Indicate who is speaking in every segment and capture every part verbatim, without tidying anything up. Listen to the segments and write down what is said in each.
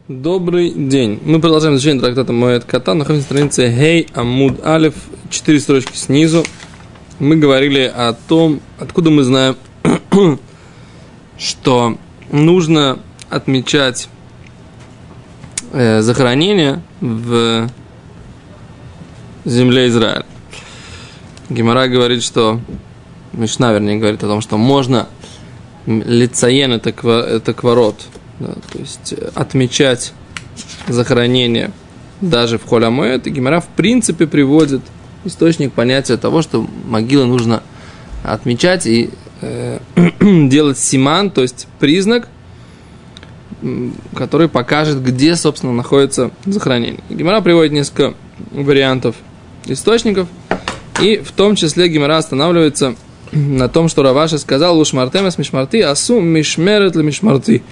Speaker 1: Добрый день. Мы продолжаем изучение трактата Моэд Катан. Находимся на странице Хей Амуд Алеф, четыре строчки снизу. Мы говорили о том, откуда мы знаем, что нужно отмечать э, захоронение в земле Израиля. Гемара говорит, что Мишна, вернее, говорит о том, что можно лицаен это, это кворот, да, то есть отмечать захоронение даже в Холь ха-Моэд. И Гемара в принципе приводит источник понятия того, что могилы нужно отмечать и э, делать симан, то есть признак, который покажет, где, собственно, находится захоронение. Гемара приводит несколько вариантов источников, и в том числе Гемара останавливается на том, что Рав Аши сказал: «Лушмартем эс мишмарти, асу мишмерет ле мишмарти».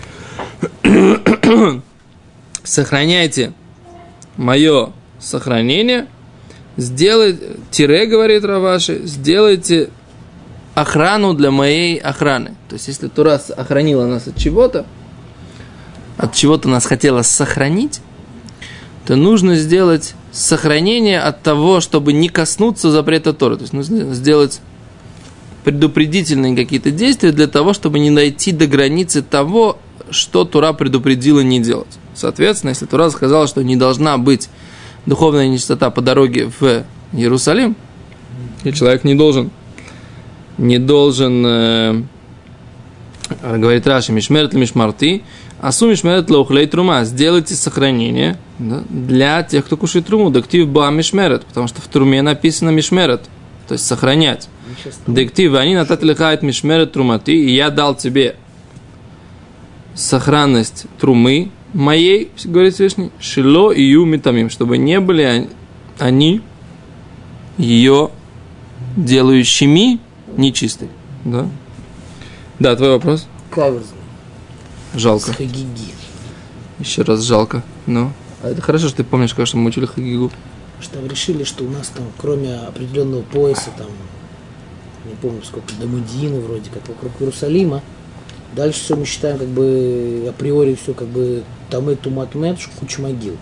Speaker 1: Сохраняйте мое сохранение, сделайте, тире, говорит Рав Аши, сделайте охрану для моей охраны. То есть, если Тора охранила нас от чего-то, от чего-то нас хотела сохранить, то нужно сделать сохранение от того, чтобы не коснуться запрета Торы. То есть, нужно сделать предупредительные какие-то действия для того, чтобы не дойти до границы того, что Тора предупредила не делать. Соответственно, если Тора сказала, что не должна быть духовная нечистота по дороге в Иерусалим, и человек не должен, не должен, э, говорит Раши, мишмерет ли мишмарти, асу мишмерет лаухлей трума, сделайте сохранение, да, для тех, кто кушает труму, дактив ба мишмерет, потому что в труме написано мишмерет, то есть сохранять. Дактив, они натат лихает мишмерет трумати, и я дал тебе сохранность трумы моей, говорит Всевышний, шило и ю митамим, чтобы не были они ее делающими нечистой. Да? Да, твой вопрос?
Speaker 2: Каверзный.
Speaker 1: Жалко.
Speaker 2: С хагиги.
Speaker 1: Еще раз жалко. Ну, а это хорошо, что ты помнишь, что мы учили хагигу.
Speaker 2: Что решили, что у нас там, кроме определенного пояса, там, не помню сколько, до Мадьины вроде как, вокруг Иерусалима, дальше все мы считаем, как бы, априори все, как бы, там и тумат-мет, куча могил.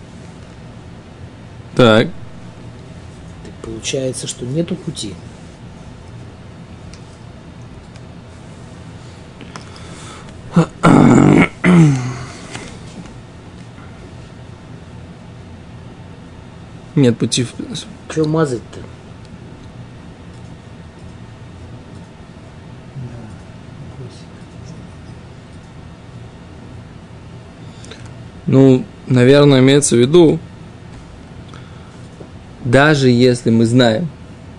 Speaker 1: Так.
Speaker 2: Так получается, что нету пути.
Speaker 1: Нет пути.
Speaker 2: Что мазать-то?
Speaker 1: Ну, наверное, имеется в виду, даже если мы знаем,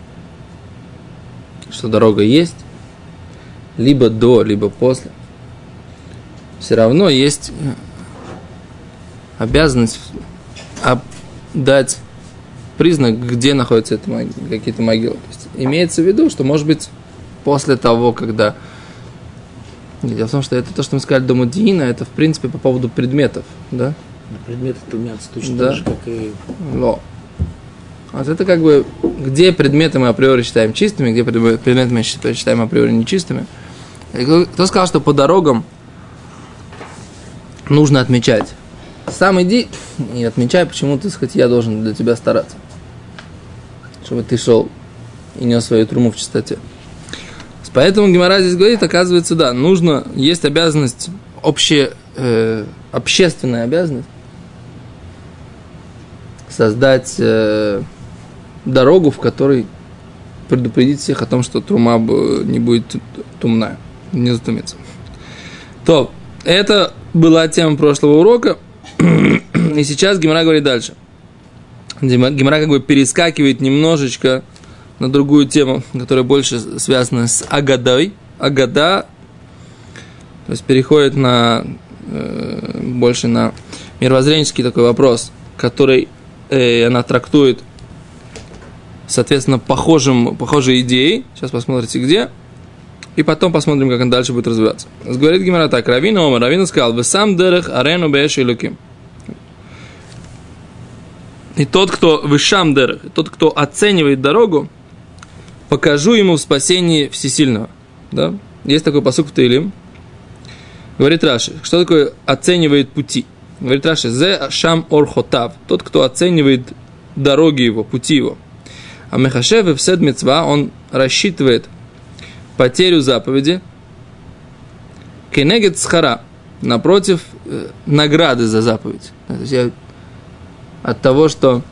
Speaker 1: что дорога есть, либо до, либо после, все равно есть обязанность дать признак, где находятся эти могилы, какие-то могилы. То есть, имеется в виду, что, может быть, после того, когда... Дело в том, что это то, что мы сказали до Мадьина, это, в принципе, по поводу предметов, да?
Speaker 2: Предметы тумятся точно
Speaker 1: да.
Speaker 2: так же, как и...
Speaker 1: Но. Вот это как бы, где предметы мы априори считаем чистыми, где предметы мы считаем априори нечистыми. Кто сказал, что по дорогам нужно отмечать? Сам иди и отмечай, почему, так сказать, я должен для тебя стараться. Чтобы ты шел и нес свою труму в чистоте. Поэтому Гемара здесь говорит, оказывается, да, нужно, есть обязанность, общая, э, общественная обязанность создать э, дорогу, в которой предупредить всех о том, что трума не будет тумная, не затумится. То, это была тема прошлого урока, и сейчас Гемара говорит дальше. Гемара как бы перескакивает немножечко на другую тему, которая больше связана с Агадой. Агада, то есть переходит на э, больше на мировоззренческий такой вопрос, который э, она трактует, соответственно, похожим, похожей идеей. Сейчас посмотрите, где. И потом посмотрим, как он дальше будет развиваться. Говорит Гемара так: Равина Омар, Равина сказал: «Вы сам дерех арену бэш и луким». И тот, кто вышам дерех, тот, кто оценивает дорогу, покажу ему в спасении Всесильного. Да? Есть такой пасук в Теилим. Говорит Раши, что такое оценивает пути? Говорит Раши, зе шам орхотав, тот, кто оценивает дороги его, пути его. А мехашев и всед мицва, он рассчитывает потерю заповеди. Кенегет схара, напротив э, награды за заповедь. То есть я от того, что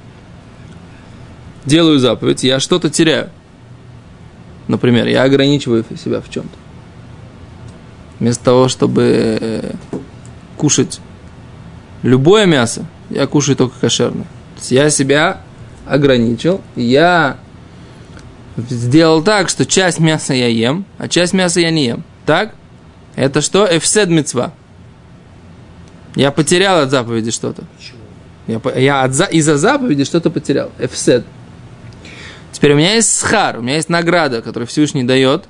Speaker 1: делаю заповедь, я что-то теряю. Например, я ограничиваю себя в чем-то. Вместо того, чтобы э, кушать любое мясо, я кушаю только кошерное. То есть я себя ограничил, я сделал так, что часть мяса я ем, а часть мяса я не ем. Так? Это что? Эфсед мицва. Я потерял от заповеди что-то. Я, я от, из-за заповеди что-то потерял. Эфсед. Теперь у меня есть схар, у меня есть награда, которую Всевышний дает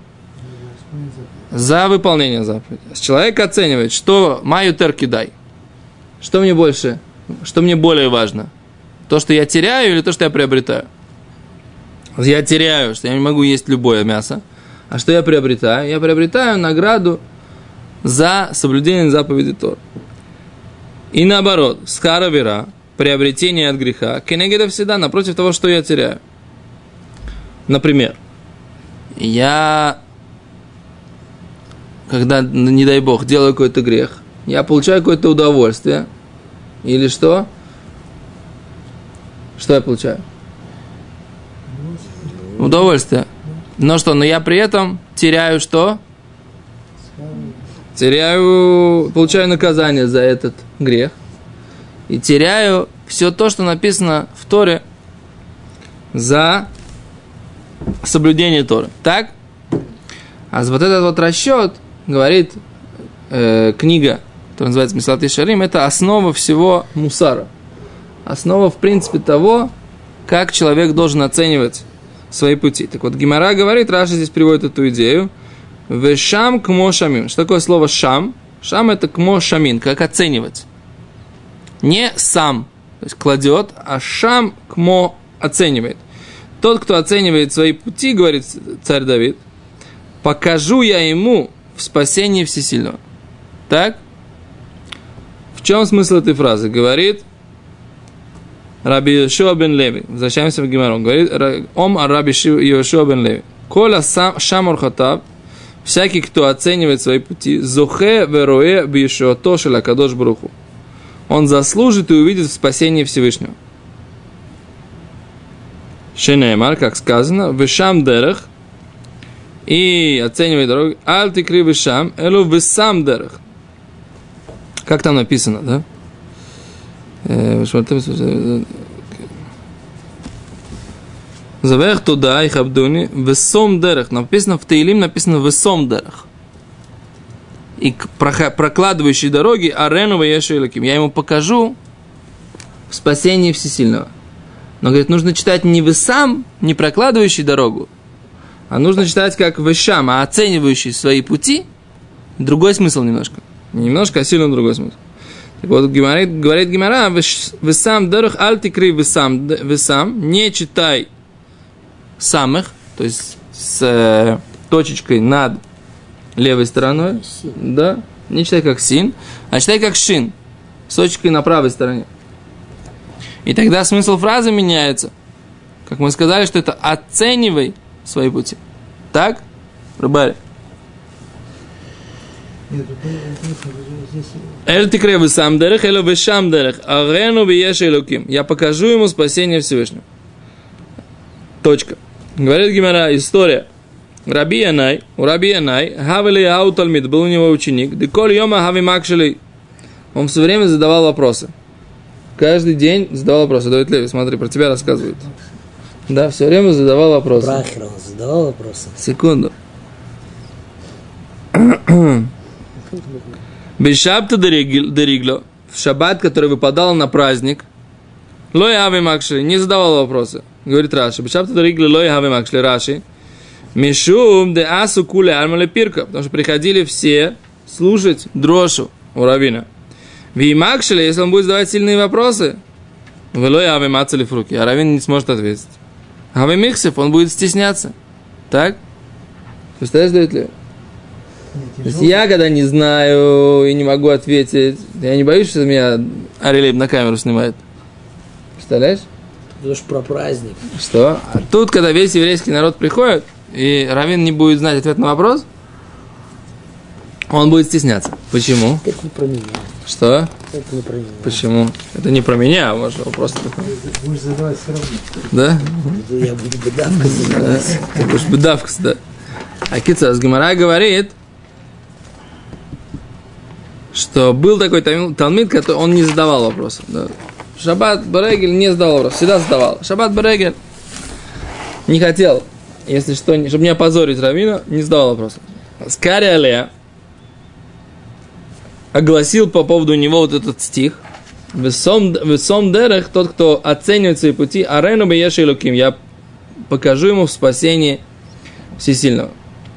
Speaker 1: за выполнение заповеди. Человек оценивает, что маю терки дай. Что мне больше, что мне более важно? То, что я теряю, или то, что я приобретаю? Я теряю, что я не могу есть любое мясо. А что я приобретаю? Я приобретаю награду за соблюдение заповеди Тор. И наоборот, схара вера, приобретение от греха, кенегеда всегда напротив того, что я теряю. Например, я, когда, не дай бог, делаю какой-то грех, я получаю какое-то удовольствие. Или что? Что я получаю? Удовольствие. Но что? Но я при этом теряю что? Теряю, получаю наказание за этот грех. И теряю все то, что написано в Торе за соблюдение Торы. Так? А вот этот вот расчет, говорит э, книга, которая называется Мисалат Ешарим, это основа всего мусара. Основа, в принципе, того, как человек должен оценивать свои пути. Так вот, Гемара говорит, Раши здесь приводит эту идею. Вешам кмо шамин. Что такое слово шам? Шам это кмо шамин, как оценивать. Не сам, то есть кладет, а шам кмо оценивает. Тот, кто оценивает свои пути, говорит царь Давид, покажу я ему в спасении всесильного. Так? В чем смысл этой фразы? Говорит Раби Йошуа бен Леви. Возвращаемся в Гемару. Говорит Ом Раби Йошуа бен Леви. Кола шам орхотав, всякий, кто оценивает свои пути, зохе вероэ бьешуато шеля кадош бруху. Он заслужит и увидит в спасении Всевышнего. Шенеймар, как сказано, вешам дерех, и оценивает дорогу, аль тикри вешам, элу весам дерех. Как там написано, да? Завех туда и хабдуни весом дерех. Написано в Теилим, написано весом дерех. И прокладывающий дороги арену веешу элоким. Я ему покажу в спасении всесильного. Но, говорит, нужно читать не весам, не прокладывающий дорогу, а нужно читать как вешам, а оценивающий свои пути. Другой смысл немножко. Не немножко, а сильно другой смысл. Так вот, говорит, говорит Гемара, весам дерех аль тикри весам, весам, не читай самых, то есть с э, точечкой над левой стороной, син. Да, не читай как син, а читай как шин, с точкой на правой стороне. И тогда смысл фразы меняется. Как мы сказали, что это оценивай свои пути. Так? Рыбари. Эль тикре весам дерех, элю вешам дерех, арену вееш элоким. Я покажу ему спасение Всевышнего. Точка. Говорит Гемара, история. Раби Янай, у Раби Янай, хавели ауталмид, был у него ученик, деколь йома хави макшели. Он все время задавал вопросы. Каждый день задавал вопросы. Давид Леви, смотри, про тебя рассказывает. Да, все время задавал вопросы.
Speaker 2: Брахер он задавал вопросы.
Speaker 1: Секунду. Бешабта деригло, в шаббат, который выпадал на праздник, лой хави макшели, не задавал вопросы. Говорит Раши, бешабта деригло, лой хави макшели, Раши, мишум де асу куле армале пирка, потому что приходили все слушать дрошу у раввина. Ви макшели, если он будет задавать сильные вопросы, велой хави мацали фруки, а раввин не сможет ответить. Хави миксев, он будет стесняться. Так? Представляешь, Давид Леви? То есть я, когда не знаю и не могу ответить, я не боюсь, что меня Арилейб на камеру снимает. Представляешь?
Speaker 2: Это же про праздник.
Speaker 1: Что? А тут, когда весь еврейский народ приходит, и раввин не будет знать ответ на вопрос, он будет стесняться. Почему?
Speaker 2: Это не про меня.
Speaker 1: Что?
Speaker 2: Это не про меня.
Speaker 1: Почему? Это не про меня, а может вопрос такой.
Speaker 3: Ты будешь задавать все равно.
Speaker 1: Да?
Speaker 2: Я буду бедавкой задавать.
Speaker 1: Ты будешь бедавкас, да. А Кицас Гемара говорит, что был такой талмид, который он не задавал вопросов. Да. Шаббат Берегель не задавал вопрос, всегда задавал. Шаббат Берегель не хотел, если что, чтобы не опозорить раввина, не задавал вопросов. Скари Алея огласил по поводу него вот этот стих. Весом дерех, тот, кто оценивает свои пути, арену бееши луким, я покажу ему в спасении всесильного.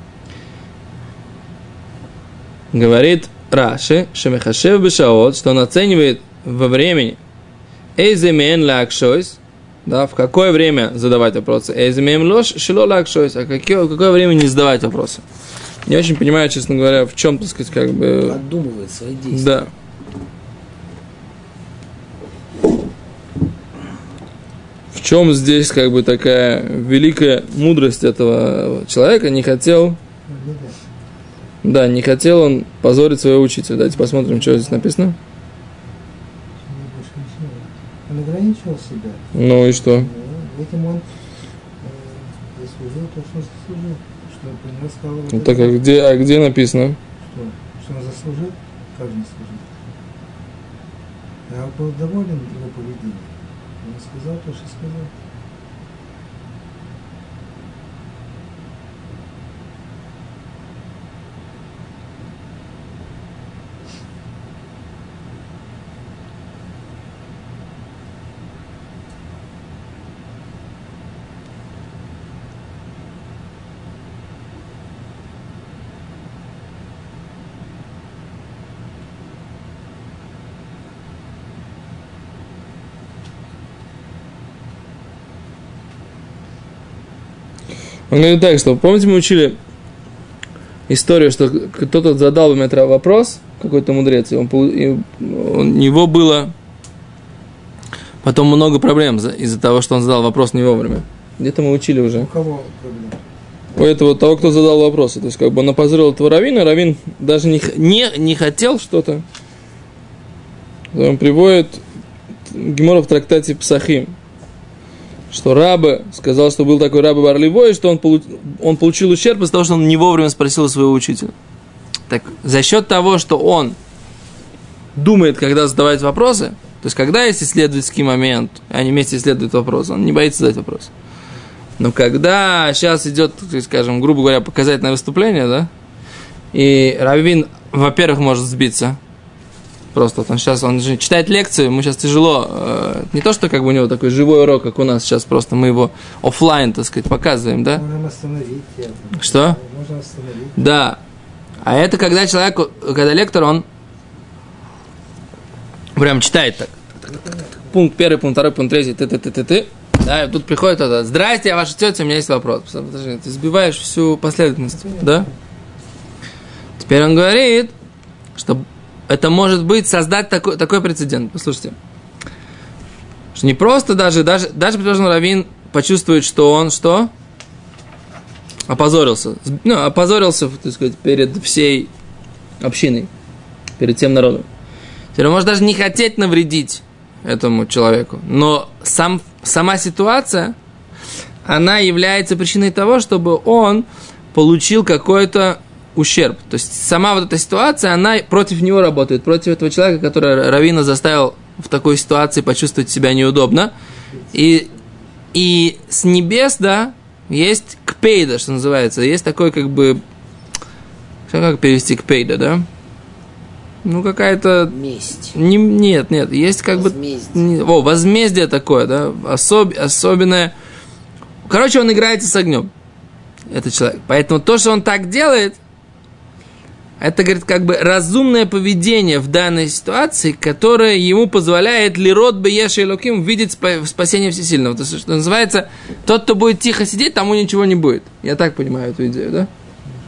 Speaker 1: Говорит Раши, шемехашев бешаот, что он оценивает во времени. Эйземен лакшойс, да, в какое время задавать вопросы. Эйземен лош шило лакшойс, а какое, какое время не задавать вопросы. Не очень понимаю, честно говоря, в чем, так сказать, как бы...
Speaker 2: Поддумывает свои действия.
Speaker 1: Да. В чем здесь, как бы, такая великая мудрость этого человека, не хотел... Да, не хотел он позорить своего учителя. Давайте посмотрим, что здесь написано.
Speaker 3: Он ограничивал себя.
Speaker 1: Ну и что?
Speaker 3: Этим он э, заслужил то, что заслужил. Что он про него сказал. Вот
Speaker 1: Ну, так, а где, а где написано?
Speaker 3: Что? Что он заслужил? Как не заслужил? Я был доволен его поведением. Он сказал то, что сказал.
Speaker 1: Он говорит так, что, помните, мы учили историю, что кто-то задал мне вопрос, какой-то мудрец, и, он, и у него было потом много проблем из-за того, что он задал вопрос не вовремя. Где-то мы учили уже.
Speaker 3: У кого проблема?
Speaker 1: У этого, того, кто задал вопросы. То есть, как бы он опозорил этого раввина, раввин даже не, не, не хотел что-то. Он приводит Гемора в трактате Псахим, что Раба сказал, что был такой Раба Бар-Левой, что он, получ, он получил ущерб из-за того, что он не вовремя спросил своего учителя. Так, за счет того, что он думает, когда задавать вопросы, то есть, когда есть исследовательский момент, они вместе исследуют вопрос, он не боится задать вопрос. Но когда сейчас идет, скажем, грубо говоря, показательное выступление, да, и раввин, во-первых, может сбиться, просто он сейчас, он же читает лекцию, ему сейчас тяжело, э, не то, что как бы у него такой живой урок, как у нас сейчас, просто мы его офлайн, так сказать, показываем, да?
Speaker 3: Можем остановить.
Speaker 1: Что?
Speaker 3: Можно остановить.
Speaker 1: Да. А это когда человек, когда лектор, он прям читает так. Пункт первый, пункт второй, пункт третий, ты-ты-ты-ты-ты. Да, и тут приходит кто-то. Здрасте, я ваша тетя, у меня есть вопрос. Подожди, ты сбиваешь всю последовательность, да? Теперь он говорит, что это может быть создать такой, такой прецедент. Послушайте. Что не просто даже, даже, даже предложенный раввин почувствует, что он что? Опозорился. Ну, опозорился, так сказать, перед всей общиной, перед всем народом. Теперь он может даже не хотеть навредить этому человеку. Но сам, сама ситуация, она является причиной того, чтобы он получил какой-то ущерб. То есть сама вот эта ситуация, она против него работает, против этого человека, который раввина заставил в такой ситуации почувствовать себя неудобно. И, и с небес, да, есть кпейда, что называется. Есть такой как бы... Как перевести кпейда, да? Ну, какая-то...
Speaker 2: Месть.
Speaker 1: Не, нет, нет, есть как
Speaker 2: возмездие.
Speaker 1: бы... О, возмездие такое, да? Особ, особенное... Короче, он играется с огнем, этот человек. Поэтому то, что он так делает, это, говорит, как бы разумное поведение в данной ситуации, которое ему позволяет лирот бееши элоким видеть спасение всесильного. То есть, что называется, тот, кто будет тихо сидеть, тому ничего не будет. Я так понимаю эту идею, да? То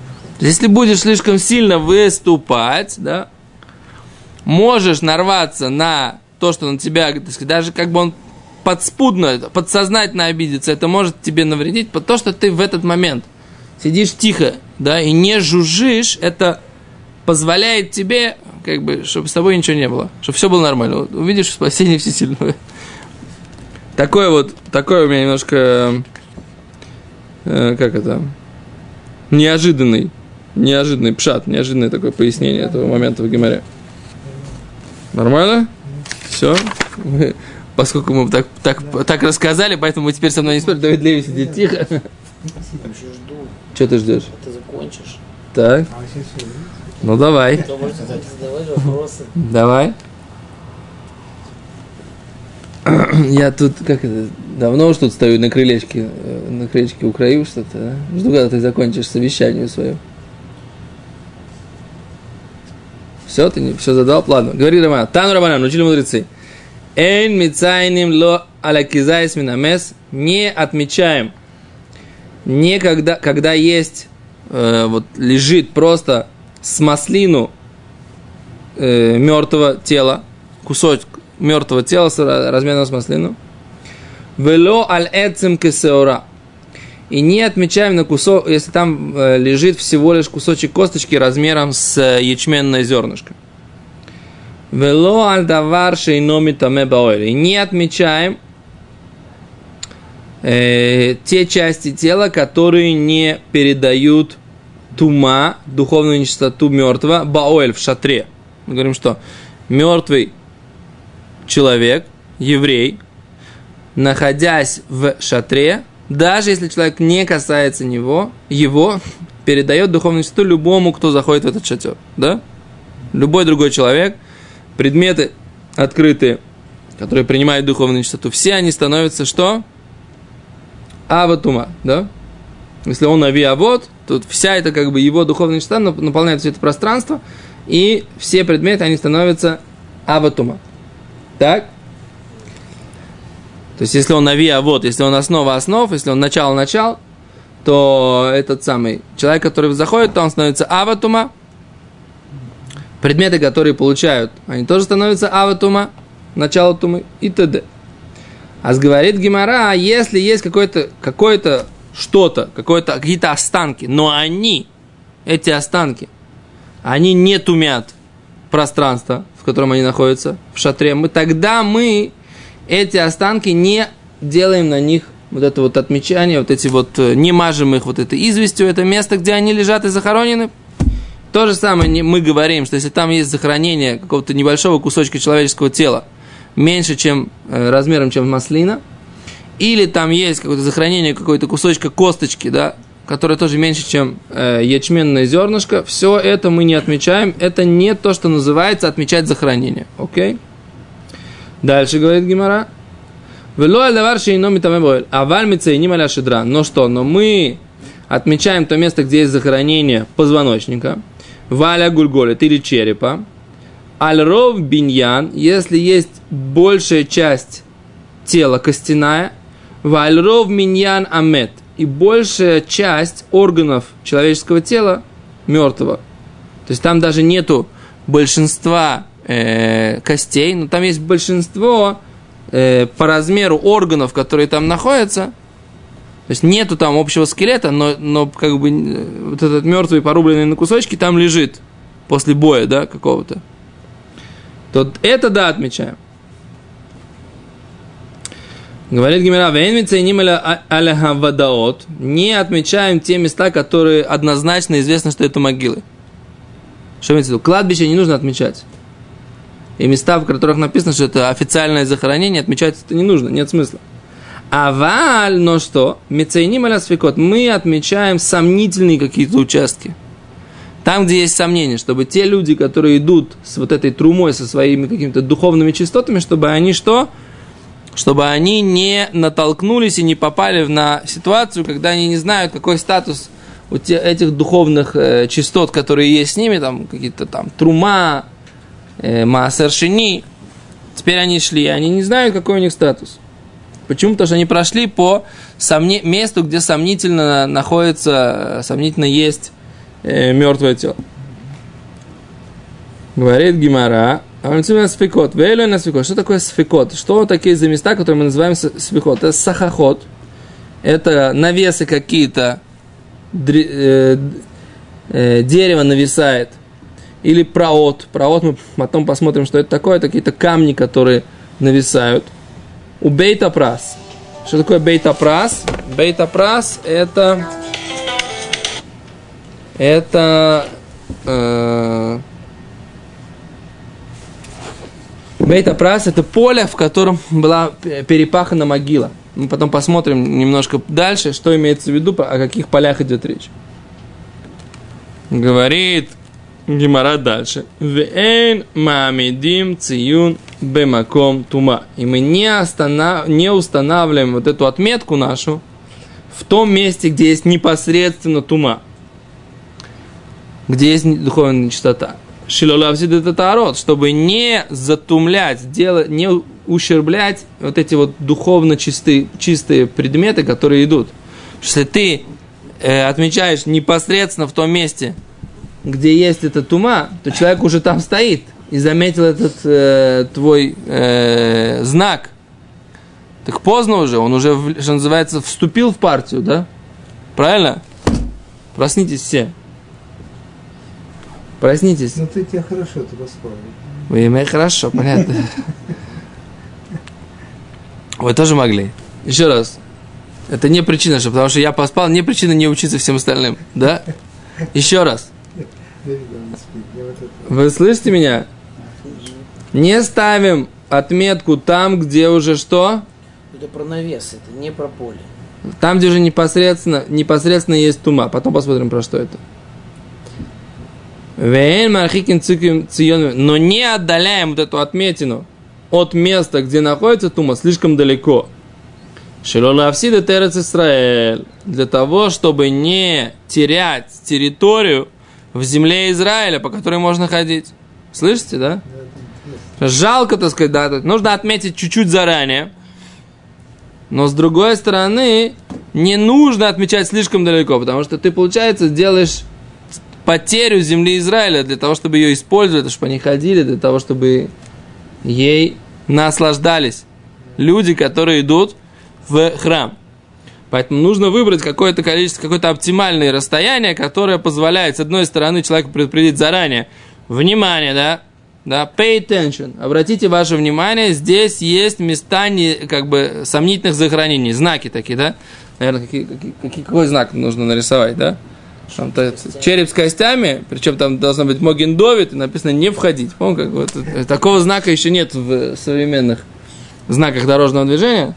Speaker 1: Если будешь слишком сильно выступать, да, можешь нарваться на то, что на тебя, так сказать, даже как бы он подспудно, подсознательно обидится, это может тебе навредить, потому что ты в этот момент сидишь тихо, да, и не жужжишь, это позволяет тебе, как бы, чтобы с тобой ничего не было, чтобы все было нормально. Вот, увидишь спасение всесильного. Такое вот, такое у меня немножко, э, как это, неожиданный, неожиданный пшат, неожиданное такое пояснение этого момента в Гемаре. Нормально? Все? Поскольку мы так, так, так рассказали, поэтому вы теперь со мной не спорите, Давид Леви сидит тихо.
Speaker 2: Я вообще жду.
Speaker 1: Что ты ждешь?
Speaker 2: Ты закончишь.
Speaker 1: Так. Ну давай.
Speaker 2: Задавай вопросы.
Speaker 1: Давай. Я тут, как это, давно уж тут стою на крылечке, на крылечке у краю что-то, да? Жду, когда ты закончишь совещание свое. Все, ты не, все задал? Ладно. Говори, Роман. Тану Романан, учили мудрецы. Эйн мицайним ло алякизайс минамес. Не отмечаем. Не когда, когда есть, э, вот лежит просто с маслину э, мертвого тела, кусочек мертвого тела размером с маслину. Вело аль эцем кесеора. И не отмечаем на кусок, если там э, лежит всего лишь кусочек косточки размером с э, ячменное зернышко. Вело аль давар шейно митаме баоэль. И не отмечаем э, те части тела, которые не передают тума, духовную нечистоту мертвого, баоэль в шатре. Мы говорим, что мертвый человек, еврей, находясь в шатре, даже если человек не касается него, его передает духовную нечистоту любому, кто заходит в этот шатер. Да? Любой другой человек, предметы открытые, которые принимают духовную нечистоту, все они становятся что? Аватума, да? Если он ави-авот, то вся эта как бы его духовная нечистота наполняет все это пространство, и все предметы, они становятся аватума. Так? То есть, если он ави-авот, если он основа основ, если он начало-начал, то этот самый человек, который заходит, то он становится аватума. Предметы, которые получают, они тоже становятся аватума, начало тумы и т.д. А говорит Гемара, если есть какое-то, какое-то что-то, какое-то, какие-то останки, но они, эти останки, они не тумят пространство, в котором они находятся, в шатре, мы, тогда мы эти останки не делаем на них вот это вот отмечание, вот эти вот, не мажем их вот этой известью, это место, где они лежат и захоронены. То же самое мы говорим, что если там есть захоронение какого-то небольшого кусочка человеческого тела, меньше, чем э, размером, чем маслина, или там есть какое-то захоронение какой-то кусочка косточки, да, которое тоже меньше, чем э, ячменное зернышко, все это мы не отмечаем, это не то, что называется отмечать захоронение, окей? Дальше говорит Гемара. Но что? Но мы отмечаем то место, где есть захоронение позвоночника, валя гульголит или черепа, аль-ров биньян, если есть большая часть тела костяная, валь-ров миньян амет, и большая часть органов человеческого тела мертвого. То есть там даже нету большинства э, костей, но там есть большинство э, по размеру органов, которые там находятся. То есть нету там общего скелета, но, но как бы вот этот мертвый, порубленный на кусочки, там лежит после боя, да, какого-то. То это, да, отмечаем. Говорит Гемара, не отмечаем те места, которые однозначно известно, что это могилы. Что имеется в виду? Кладбище не нужно отмечать. И места, в которых написано, что это официальное захоронение, отмечать это не нужно, нет смысла. Аваль, но что? Мецейним аля сфикот. Мы отмечаем сомнительные какие-то участки. Там, где есть сомнения, чтобы те люди, которые идут с вот этой трумой, со своими какими-то духовными частотами, чтобы они что? Чтобы они не натолкнулись и не попали на ситуацию, когда они не знают, какой статус у этих духовных э, частот, которые есть с ними, там какие-то там трума, э, маасер шени. Теперь они шли, они не знают, какой у них статус. Почему? Потому что они прошли по сомне... месту, где сомнительно находится, сомнительно есть э, мертвое тело. Говорит Гемара, сфикот. Вейлю на сфикот. Что такое сфикот? Что такие за места, которые мы называем сфикот? Это сахахот. Это навесы какие-то, э, э, дерево нависает. Или праот. Праот мы потом посмотрим, что это такое. Это какие-то камни, которые нависают. У бейт-апрас. Что такое бейт-апрас? Бейт-апрас это... Это... Э, Бейт-апрас это поле, в котором была перепахана могила. Мы потом посмотрим немножко дальше, что имеется в виду, о каких полях идет речь. Говорит Гемара дальше. Веэн мамидим циюн бемаком тума. И мы не, останов... не устанавливаем вот эту отметку нашу в том месте, где есть непосредственно тума. Где есть духовная нечистота. Чтобы не затумлять, делать, не ущерблять вот эти вот духовно чистые, чистые предметы, которые идут. Если ты э, отмечаешь непосредственно в том месте, где есть эта тума, то человек уже там стоит и заметил этот э, твой э, знак. Так поздно уже, он уже, что называется, вступил в партию, да? Правильно? Проснитесь все. Проснитесь.
Speaker 3: Ну ты тебя хорошо, ты поспал.
Speaker 1: Вы имеете хорошо, понятно. Вы тоже могли. Еще раз. Это не причина, что потому что я поспал, не причина не учиться всем остальным. Да? Еще раз. Вы слышите меня? Не ставим отметку там, где уже что?
Speaker 2: Это про навес, это не про поле.
Speaker 1: Там, где уже непосредственно, непосредственно есть тума. Потом посмотрим, про что это. Но не отдаляем вот эту отметину от места, где находится тума, слишком далеко. Для того, чтобы не терять территорию в земле Израиля, по которой можно ходить. Слышите, да? Жалко, так сказать, да. Нужно отметить чуть-чуть заранее. Но с другой стороны, не нужно отмечать слишком далеко, потому что ты, получается, делаешь потерю земли Израиля для того, чтобы ее использовать, чтобы они ходили, для того, чтобы ей наслаждались люди, которые идут в храм. Поэтому нужно выбрать какое-то количество, какое-то оптимальное расстояние, которое позволяет, с одной стороны, человеку предупредить заранее. Внимание, да? Да, pay attention. Обратите ваше внимание, здесь есть места не, как бы, сомнительных захоронений, знаки такие, да? Наверное, какие, какие, какой знак нужно нарисовать, да? Там-то череп с костями, причем там должно быть Моген Довид, и написано «не входить». Помните, как вот, такого знака еще нет в современных знаках дорожного движения.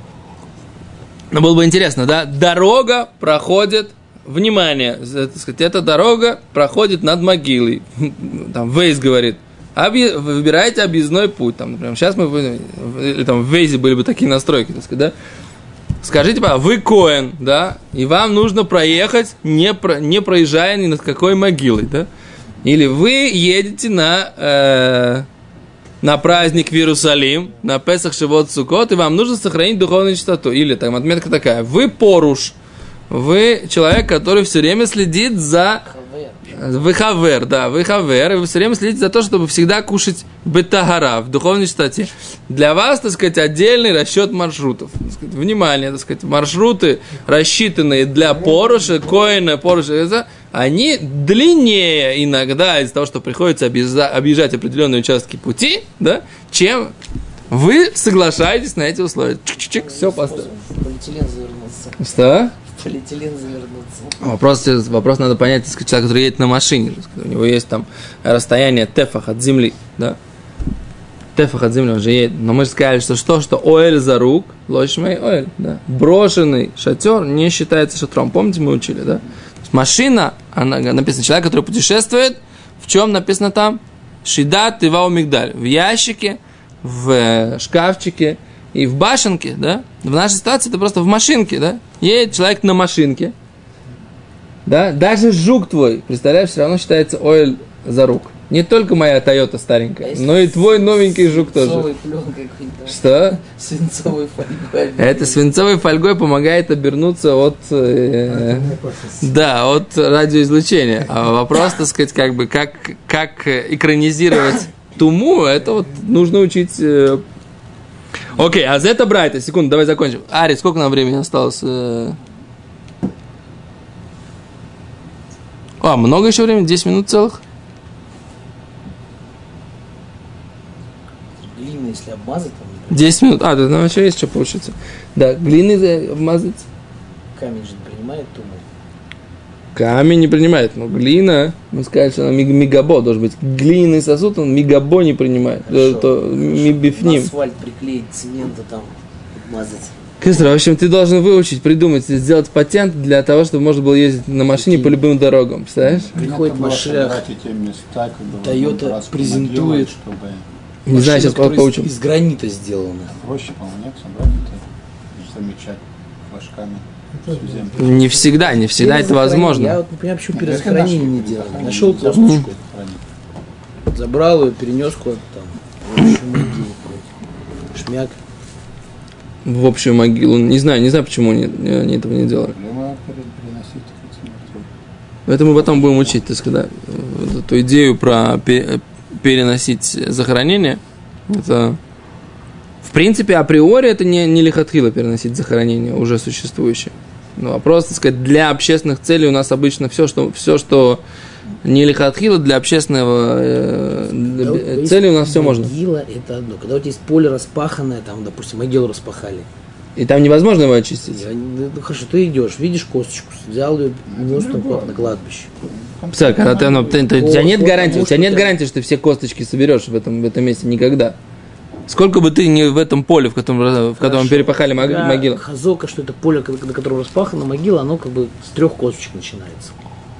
Speaker 1: Но было бы интересно, да? Дорога проходит, внимание, так сказать, эта дорога проходит над могилой. Там Вейс говорит, объ... выбирайте объездной путь. Там, например, сейчас мы или там в Вейзе были бы такие настройки, так сказать, да? Скажите, пожалуйста, вы Коэн, да, и вам нужно проехать, не, про, не проезжая ни над какой могилой, да? Или вы едете на, э, на праздник в Иерусалим, на Песах Шивот Суккот, и вам нужно сохранить духовную чистоту. Или там отметка такая, вы поруш, вы человек, который все время следит за... Вы хавер, да, вы хавер, и вы все время следите за то, чтобы всегда кушать бетагара в духовной чистоте. Для вас, так сказать, отдельный расчет маршрутов. Так сказать, внимание, так сказать, маршруты, рассчитанные для поруша, коина, поруша, они длиннее иногда из-за того, что приходится объезжать определенные участки пути, да, чем вы соглашаетесь на эти условия. Чик-чик, все поставили.
Speaker 2: Полиэтилен завернулся.
Speaker 1: Что?
Speaker 2: Полиэтилен завернуться.
Speaker 1: Вопрос, вопрос надо понять, если человек, который едет на машине, у него есть там расстояние тефах от земли, да? Тефах от земли, он же едет. Но мы же сказали, что что, что оэль за рук, лошмей оэль, да? Брошенный шатер не считается шатром. Помните, мы учили, да? Машина, она написано, человек, который путешествует, в чем написано там? Шидат тивау мигдаль. В ящике, в шкафчике и в башенке, да? В нашей ситуации это просто в машинке, да? Едет человек на машинке, да? Даже жук твой, представляешь, все равно считается оэль за рук. Не только моя Тойота старенькая,
Speaker 2: А
Speaker 1: но и твой новенький жук тоже.
Speaker 2: Свинцовой пленкой какой-то.
Speaker 1: Что?
Speaker 2: Свинцовой фольгой.
Speaker 1: Это свинцовой фольгой помогает обернуться от, э, да, от радиоизлучения. А вопрос, так сказать, как бы, как, как экранизировать туму, это вот нужно учить. Э... Окей, а за это брать, секунду, давай закончим. Ари, сколько нам времени осталось? Э... А, много еще времени? десять минут целых?
Speaker 2: Глина, если обмазать, там,
Speaker 1: десять минут. А, да, там еще есть что получится. Да, глины обмазать.
Speaker 2: камень же не принимает туму.
Speaker 1: Камень не принимает, но глина, мы сказали, что она мегабо должен быть. Глиняный сосуд, он мегабо не принимает.
Speaker 2: Хорошо,
Speaker 1: то, то мибифним.
Speaker 2: На асфальт приклеить, цемента там, обмазать.
Speaker 1: Кыстро, в общем, ты должен выучить, придумать, сделать патент для того, чтобы можно было ездить на машине по любым дорогам, представляешь?
Speaker 2: Приходит машина, Toyota презентует.
Speaker 3: Чтобы...
Speaker 1: Не знаю, сейчас поучим.
Speaker 2: Из, из гранита сделано.
Speaker 3: Проще, по-моему, нет, собрать это, замечать флажками.
Speaker 1: Не всегда, не всегда это возможно.
Speaker 2: Я вот не понимаю, почему перезахоронение не делали. Нашел косточку, забрал ее, перенес куда-то там, в общую могилу, шмяк.
Speaker 1: В общую могилу. Не знаю, не знаю, почему они, они этого не делают. Это мы потом будем учить, так сказать, эту идею про переносить захоронение. Это, в принципе, априори это не, не лихатхила переносить захоронение уже существующее. Но вопрос, так сказать, для общественных целей у нас обычно все, что, все, что не лихатхила, для общественного э, для
Speaker 2: да, вот,
Speaker 1: цели у нас все можно.
Speaker 2: Могила – это одно. Когда у тебя есть поле распаханное, там, допустим, могилу распахали.
Speaker 1: И там невозможно его очистить.
Speaker 2: Я, ну, хорошо, ты идешь, видишь косточку, взял ее, нес там на кладбище.
Speaker 1: Представь, когда ты, ну, ты, ты, у тебя нет
Speaker 2: вот,
Speaker 1: гарантии, у тебя нет
Speaker 2: ты...
Speaker 1: гарантии, что ты все косточки соберешь в этом, в этом месте никогда. Сколько бы ты ни в этом поле, в котором, в котором перепахали мог- могилу.
Speaker 2: Хазока, что это поле, на котором распахана могила, оно как бы с трех косточек начинается.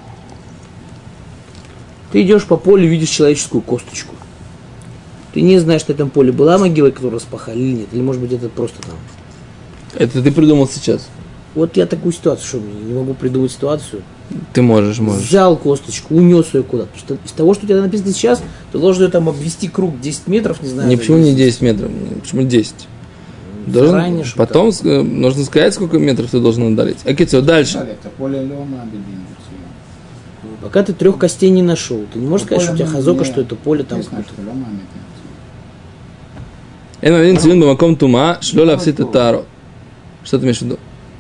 Speaker 2: Ты идешь по полю, видишь человеческую косточку. Ты не знаешь, что в этом поле была могила, которую распахали или нет. Или может быть это просто там.
Speaker 1: Это ты придумал сейчас.
Speaker 2: Вот я такую ситуацию, что мне не могу придумать ситуацию.
Speaker 1: Ты можешь, можешь.
Speaker 2: Взял косточку, унес ее куда-то. Потому что из того, что у тебя написано сейчас, ты должен ее там обвести круг десять метров, не знаю.
Speaker 1: Не, почему не десять метров? Почему десять? Должен,
Speaker 2: Заранее,
Speaker 1: потом с- нужно сказать, сколько метров ты должен удалить. Окей, дальше.
Speaker 3: Это поле лема,
Speaker 2: Пока ты трех костей не нашел, ты не можешь сказать, что у тебя хазока, что это поле там какое-то.
Speaker 1: Эн один цивин бамаком тума, шлола всита таро. Что ты имеешь в виду?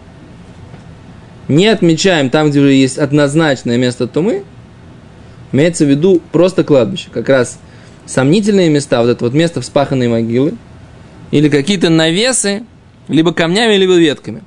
Speaker 1: Не отмечаем там, где уже есть однозначное место тумы, имеется в виду просто кладбище. Как раз сомнительные места, вот это вот место вспаханной могилы, или какие-то навесы, либо камнями, либо ветками.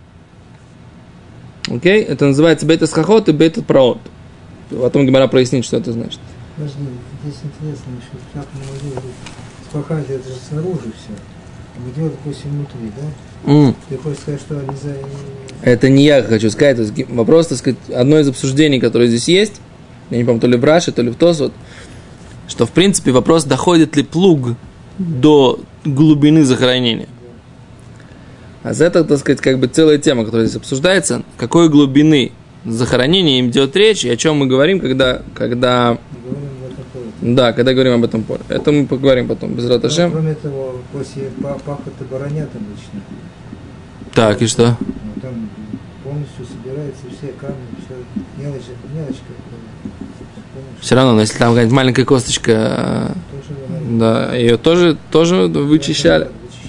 Speaker 1: Окей? Это называется бейт-эсхахот и бейт-праот. Потом Гемара прояснит, что это значит.
Speaker 3: Подожди, здесь интересно еще, как мы могли спахать, это же снаружи все. А где, допустим, внутри, да?
Speaker 1: Mm.
Speaker 3: Ты хочешь сказать, что нельзя...
Speaker 1: Это не я хочу сказать. То есть вопрос, так сказать, одно из обсуждений, которое здесь есть, я не помню, то ли в Раши, то ли в Тосфот, что, в принципе, вопрос, доходит ли плуг до глубины захоронения. А за это, так сказать, как бы целая тема, которая здесь обсуждается, какой глубины захоронения идет речь, и о чем мы говорим, когда... когда да, когда говорим об этом поле. Это мы поговорим потом, без раташем.
Speaker 3: Кроме того, после пахоты баранят обычно.
Speaker 1: Так, и что?
Speaker 3: Ну, там полностью собираются все камни, все мелочь, мелочь какая-то.
Speaker 1: Все равно, но если там какая-нибудь маленькая косточка, да, ее тоже, тоже вычищали.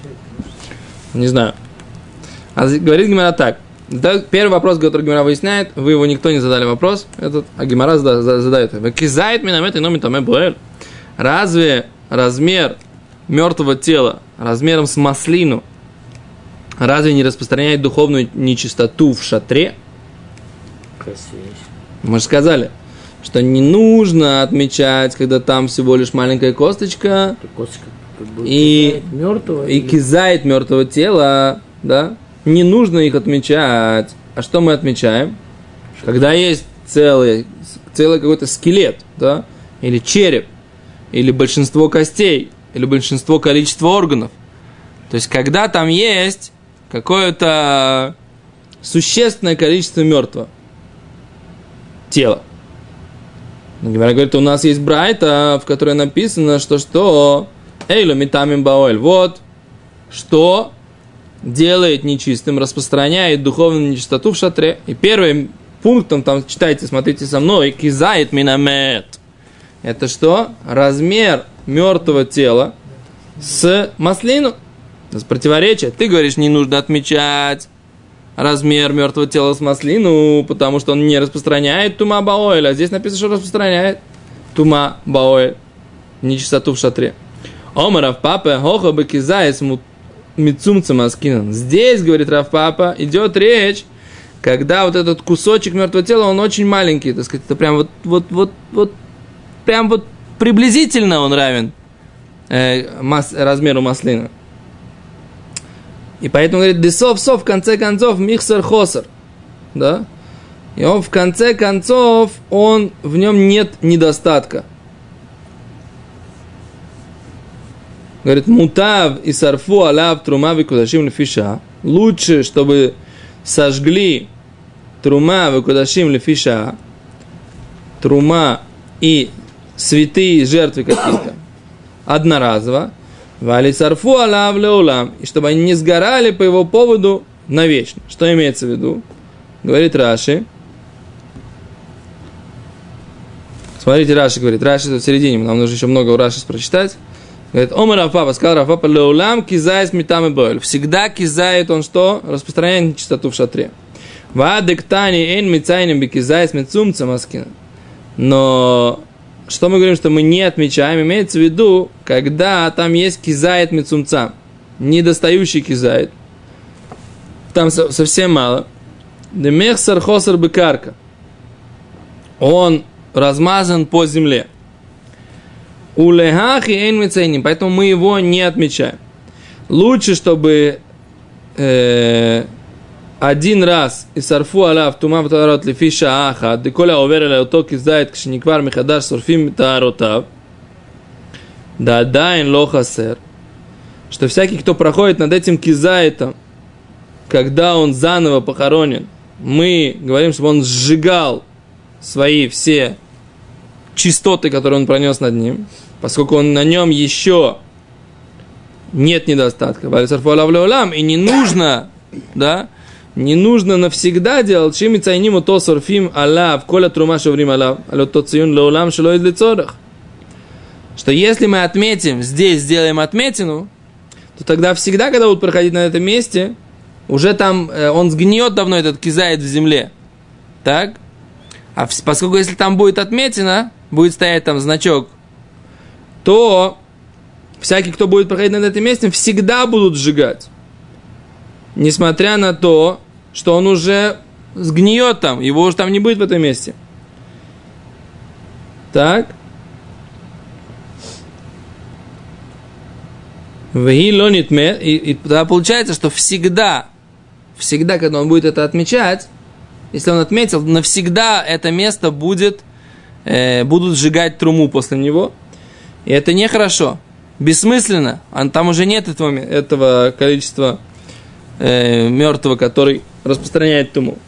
Speaker 1: Не знаю. А говорит Гемара так. Да, первый вопрос, который Гемара выясняет, вы его никто не задали вопрос, этот, а Гемара задает. Кизает минамет и номит аме буэль. Разве размер мертвого тела размером с маслину разве не распространяет духовную нечистоту в шатре?
Speaker 2: Красиво.
Speaker 1: Мы же сказали, что не нужно отмечать, когда там всего лишь маленькая косточка,
Speaker 2: Косточка как бы
Speaker 1: и,
Speaker 2: мертвого,
Speaker 1: и
Speaker 2: или...
Speaker 1: кизает мертвого тела, да? Не нужно их отмечать. А что мы отмечаем? Когда есть целый, целый какой-то скелет, да? Или череп, или большинство костей, или большинство количества органов. То есть, когда там есть какое-то существенное количество мертвого тела. Гемара говорит, у нас есть брайта, в которой написано, что что? Эйло митамим баоэль. Вот, что делает нечистым, распространяет духовную нечистоту в шатре. И первым пунктом, там читайте, смотрите со мной, кизает минамет. Это что? Размер мертвого тела с маслину. Это противоречие. Ты говоришь, не нужно отмечать размер мертвого тела с маслину, потому что он не распространяет тума баоэль. А здесь написано, что распространяет тума баоэль, нечистоту в шатре. Омар Рав Папа, хоха бы кизает мицумцем аскинан. Здесь, говорит Рав Папа, идет речь, когда вот этот кусочек мертвого тела, он очень маленький, так сказать, это прям вот, вот, вот, вот, прям вот приблизительно он равен э, мас, размеру маслина. И поэтому говорит, десов-сов, в конце концов, михсар-хосар, да, и он в конце концов, он, в нем нет недостатка. Говорит, мутав и сарфу алав трума векудашим лефиша. Лучше, чтобы сожгли трума векудашим лефиша, трума и святые жертвы какие-то одноразово, вали сарфу алав леулам, и чтобы они не сгорали по его поводу навечно. Что имеется в виду? Говорит Раши. Смотрите, Раши говорит, Раши тут в середине, нам нужно еще много у Раши прочитать. Говорит, Омар Рав Папа, сказал Рав Папа, леулам кизает митам и боэль. Всегда кизает он что? Распространяет нечистоту в шатре. Ваадектани эйн мицайним бекизает мицумцем аскина. Но что мы говорим, что мы не отмечаем, имеется в виду, когда там есть кизает мицумцам, недостающий кизает. Там совсем мало. Демехсар хосар бекарка. Он размазан по земле. Улехахи эйн мицайним, поэтому мы его не отмечаем. Лучше, чтобы э, один раз и сарфу алав тумав тарот лефиша аха, деколя оверела утоки знает, кшениквар михадаш сурфим таротав, да дайн лохасер, что всякий, кто проходит над этим кизаетом, когда он заново похоронен, мы говорим, чтобы он сжигал свои все чистоты, которые он пронес над ним, поскольку он на нем еще нет недостатка. И не нужно, да, не нужно навсегда делать, чем и цайниму то сорфим алав, коля трума шаврим алав, алё то циюн леулам шелой для цорах. Что если мы отметим, здесь сделаем отметину, то тогда всегда, когда будут проходить на этом месте, уже там э, он сгниет давно, этот кизает в земле. Так? А в, поскольку если там будет отметина, будет стоять там значок, то всякий, кто будет проходить над этим местом, всегда будут сжигать. Несмотря на то, что он уже сгниет там, его уже там не будет в этом месте. Так. И, и тогда получается, что всегда, всегда, когда он будет это отмечать, если он отметил, навсегда это место будет, э, будут сжигать труму после него. И это нехорошо. Бессмысленно. Там уже нет этого, этого количества э, мертвого, который распространяет труму.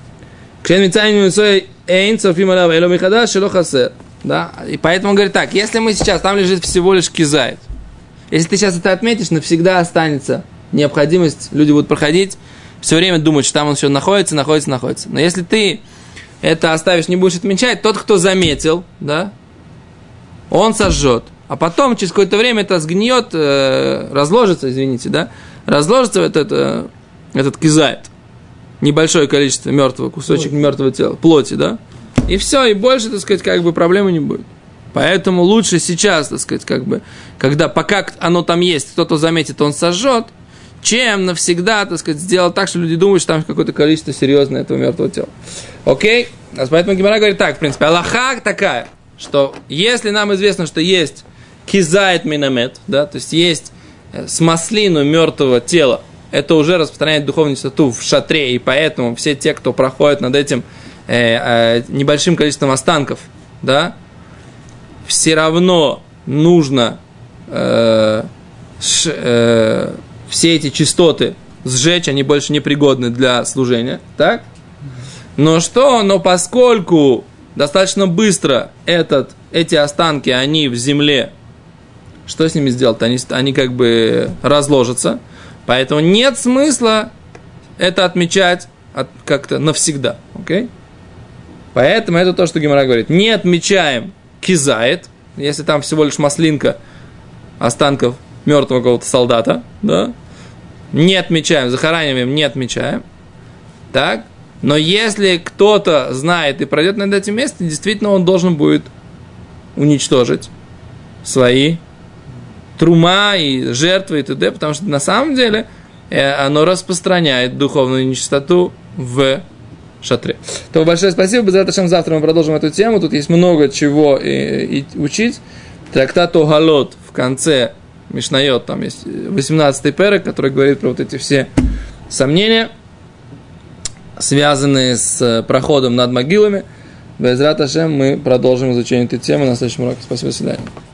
Speaker 1: Да? И поэтому он говорит так, если мы сейчас, там лежит всего лишь кизайт. Если ты сейчас это отметишь, навсегда останется необходимость, люди будут проходить, все время думать, что там он еще находится, находится, находится. Но если ты это оставишь, не будешь отмечать, тот, кто заметил, да, он сожжет. А потом, через какое-то время это сгниет, э, разложится, извините, да, разложится этот, э, этот кизайт. Небольшое количество мертвого, кусочек плоти. Мертвого тела, плоти, да. И все, и больше, так сказать, как бы проблемы не будет. Поэтому лучше сейчас, так сказать, как бы, когда пока оно там есть, кто-то заметит, он сожжет, чем навсегда, так сказать, сделать так, что люди думают, что там какое-то количество серьезное этого мертвого тела. Окей? А поэтому Гемара говорит так, в принципе, алаха такая, что если нам известно, что есть кизайт минамет, да, то есть есть с маслину мертвого тела, это уже распространяет духовную чистоту в шатре, и поэтому все те, кто проходит над этим э, э, небольшим количеством останков, да, все равно нужно э, ш, э, все эти частоты сжечь, они больше не пригодны для служения, так? Но что? Но поскольку достаточно быстро этот, эти останки, они в земле, что с ними сделать? Они, они как бы разложатся. Поэтому нет смысла это отмечать от, как-то навсегда. Okay? Поэтому это то, что Гемара говорит. Не отмечаем кизает, если там всего лишь маслинка останков мертвого какого-то солдата. Да? Не отмечаем, захораниваем, не отмечаем. Так? Но если кто-то знает и пройдет над этим местом, действительно он должен будет уничтожить свои трума и жертвы и т.д., потому что на самом деле оно распространяет духовную нечистоту в шатре. То большое спасибо. Без этого завтра мы продолжим эту тему. Тут есть много чего и, и учить. Трактат Огалот в конце Мишнайот, там есть восемнадцатый перек, который говорит про вот эти все сомнения, связанные с проходом над могилами. Безрат Ашем мы продолжим изучение этой темы на следующем уроке. Спасибо, до свидания.